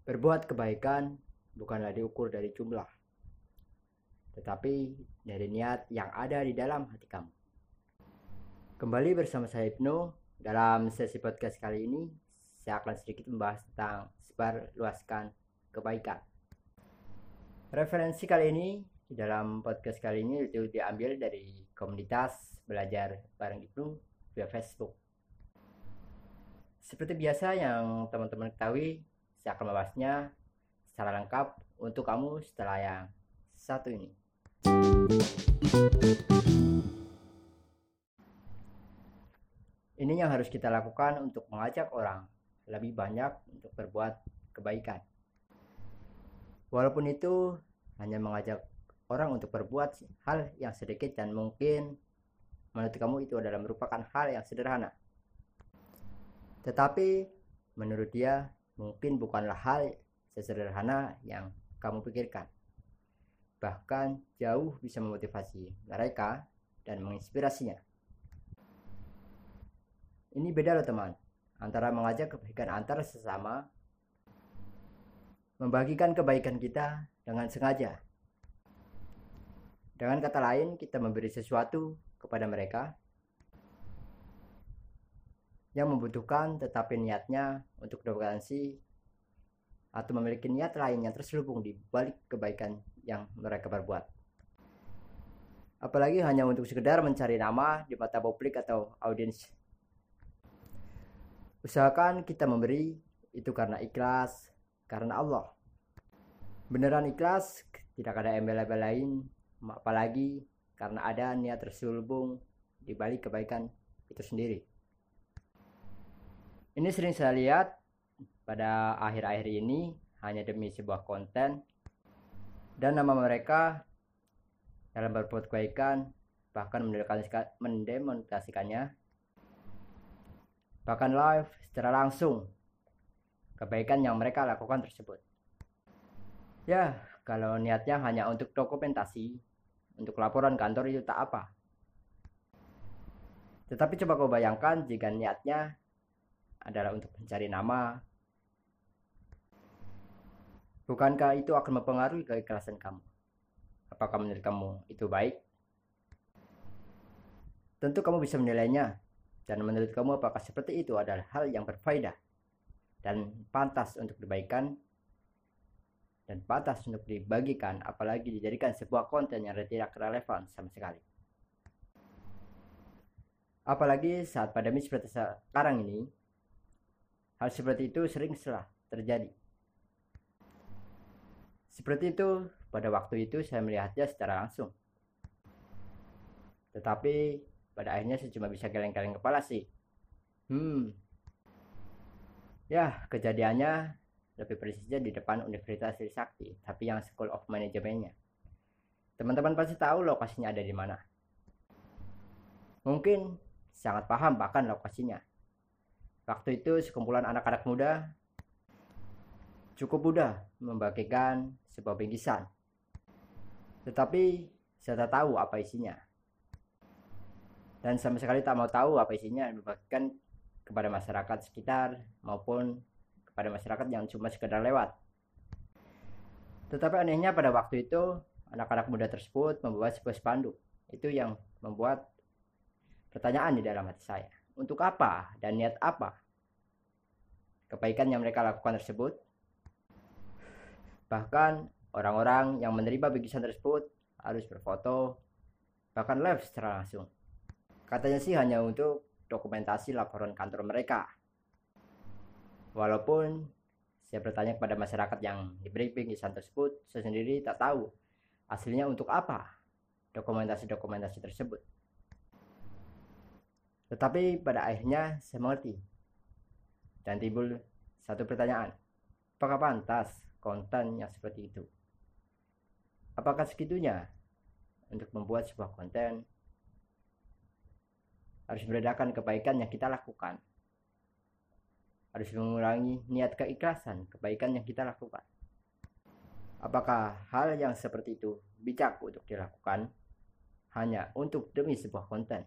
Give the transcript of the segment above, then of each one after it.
Berbuat kebaikan bukanlah diukur dari jumlah, tetapi dari niat yang ada di dalam hati kamu. Kembali bersama saya Ibnu. Dalam sesi podcast kali ini, saya akan sedikit membahas tentang sebar luaskan kebaikan. Referensi kali ini di dalam podcast kali ini itu diambil dari komunitas belajar bareng Ibnu via Facebook. Seperti biasa yang teman-teman ketahui, saya akan membahasnya secara lengkap untuk kamu setelah yang satu ini. Ini yang harus kita lakukan untuk mengajak orang lebih banyak untuk berbuat kebaikan. Walaupun itu hanya mengajak orang untuk berbuat hal yang sedikit dan mungkin menurut kamu itu adalah merupakan hal yang sederhana. Tetapi menurut dia mungkin bukanlah hal sesederhana yang kamu pikirkan. Bahkan jauh bisa memotivasi mereka dan menginspirasinya. Ini beda loh teman, antara mengajak kebaikan antar sesama, membagikan kebaikan kita dengan sengaja. Dengan kata lain, kita memberi sesuatu kepada mereka yang membutuhkan tetapi niatnya untuk toleransi atau memiliki niat lain yang terselubung di balik kebaikan yang mereka perbuat. Apalagi hanya untuk sekedar mencari nama di mata publik atau audiens. Usahakan kita memberi itu karena ikhlas, karena Allah. Beneran ikhlas, tidak ada embel-embel lain, apalagi karena ada niat terselubung di balik kebaikan itu sendiri. Ini sering saya lihat pada akhir-akhir ini hanya demi sebuah konten dan nama mereka dalam berbuat kebaikan bahkan mendemonstrasikannya, bahkan live secara langsung kebaikan yang mereka lakukan tersebut. Ya, kalau niatnya hanya untuk dokumentasi, untuk laporan kantor itu tak apa. Tetapi coba kau bayangkan jika niatnya adalah untuk mencari nama. Bukankah itu akan mempengaruhi keikhlasan kamu? Apakah menurut kamu itu baik? Tentu kamu bisa menilainya. Dan menurut kamu apakah seperti itu adalah hal yang berfaedah dan pantas untuk dibaikan dan pantas untuk dibagikan, apalagi dijadikan sebuah konten yang tidak relevan sama sekali. Apalagi saat pandemi seperti sekarang ini, hal seperti itu sering terjadi. Seperti itu, pada waktu itu saya melihatnya secara langsung. Tetapi pada akhirnya saya cuma bisa geleng-geleng kepala sih. Ya, kejadiannya lebih persisnya di depan Universitas Trisakti, tapi yang School of Managementnya. Teman-teman pasti tahu lokasinya ada di mana. Mungkin sangat paham bahkan lokasinya. Waktu itu sekumpulan anak-anak muda cukup mudah membagikan sebuah bingkisan. Tetapi saya tak tahu apa isinya. Dan sama sekali tak mau tahu apa isinya, dibagikan kepada masyarakat sekitar maupun kepada masyarakat yang cuma sekedar lewat. Tetapi anehnya pada waktu itu anak-anak muda tersebut membawa sebuah spanduk. Itu yang membuat pertanyaan di dalam hati saya. Untuk apa dan niat apa kebaikan yang mereka lakukan tersebut? Bahkan orang-orang yang menerima bingkisan tersebut harus berfoto, bahkan live secara langsung. Katanya sih hanya untuk dokumentasi laporan kantor mereka. Walaupun saya bertanya kepada masyarakat yang diberi bingkisan tersebut, saya sendiri tak tahu aslinya untuk apa dokumentasi-dokumentasi tersebut. Tetapi pada akhirnya saya mengerti dan timbul satu pertanyaan. Apakah pantas konten yang seperti itu? Apakah segitunya untuk membuat sebuah konten harus beredakan kebaikan yang kita lakukan? Harus mengurangi niat keikhlasan kebaikan yang kita lakukan? Apakah hal yang seperti itu bijak untuk dilakukan hanya untuk demi sebuah konten?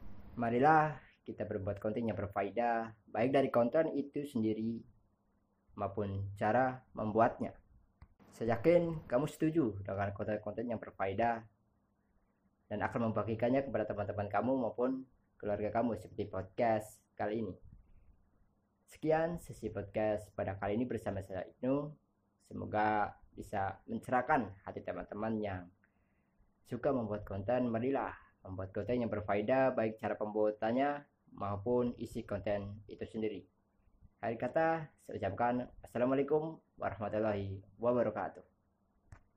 Marilah kita berbuat konten yang berfaedah, baik dari konten itu sendiri maupun cara membuatnya. Saya yakin kamu setuju dengan konten-konten yang berfaedah dan akan membagikannya kepada teman-teman kamu maupun keluarga kamu seperti podcast kali ini. Sekian sesi podcast pada kali ini bersama saya Ibnu. Semoga bisa mencerahkan hati teman-teman yang suka membuat konten. Marilah membuat konten yang berfaedah, baik cara pembuatannya maupun isi konten itu sendiri. Akhir kata, saya ucapkan Assalamualaikum warahmatullahi wabarakatuh.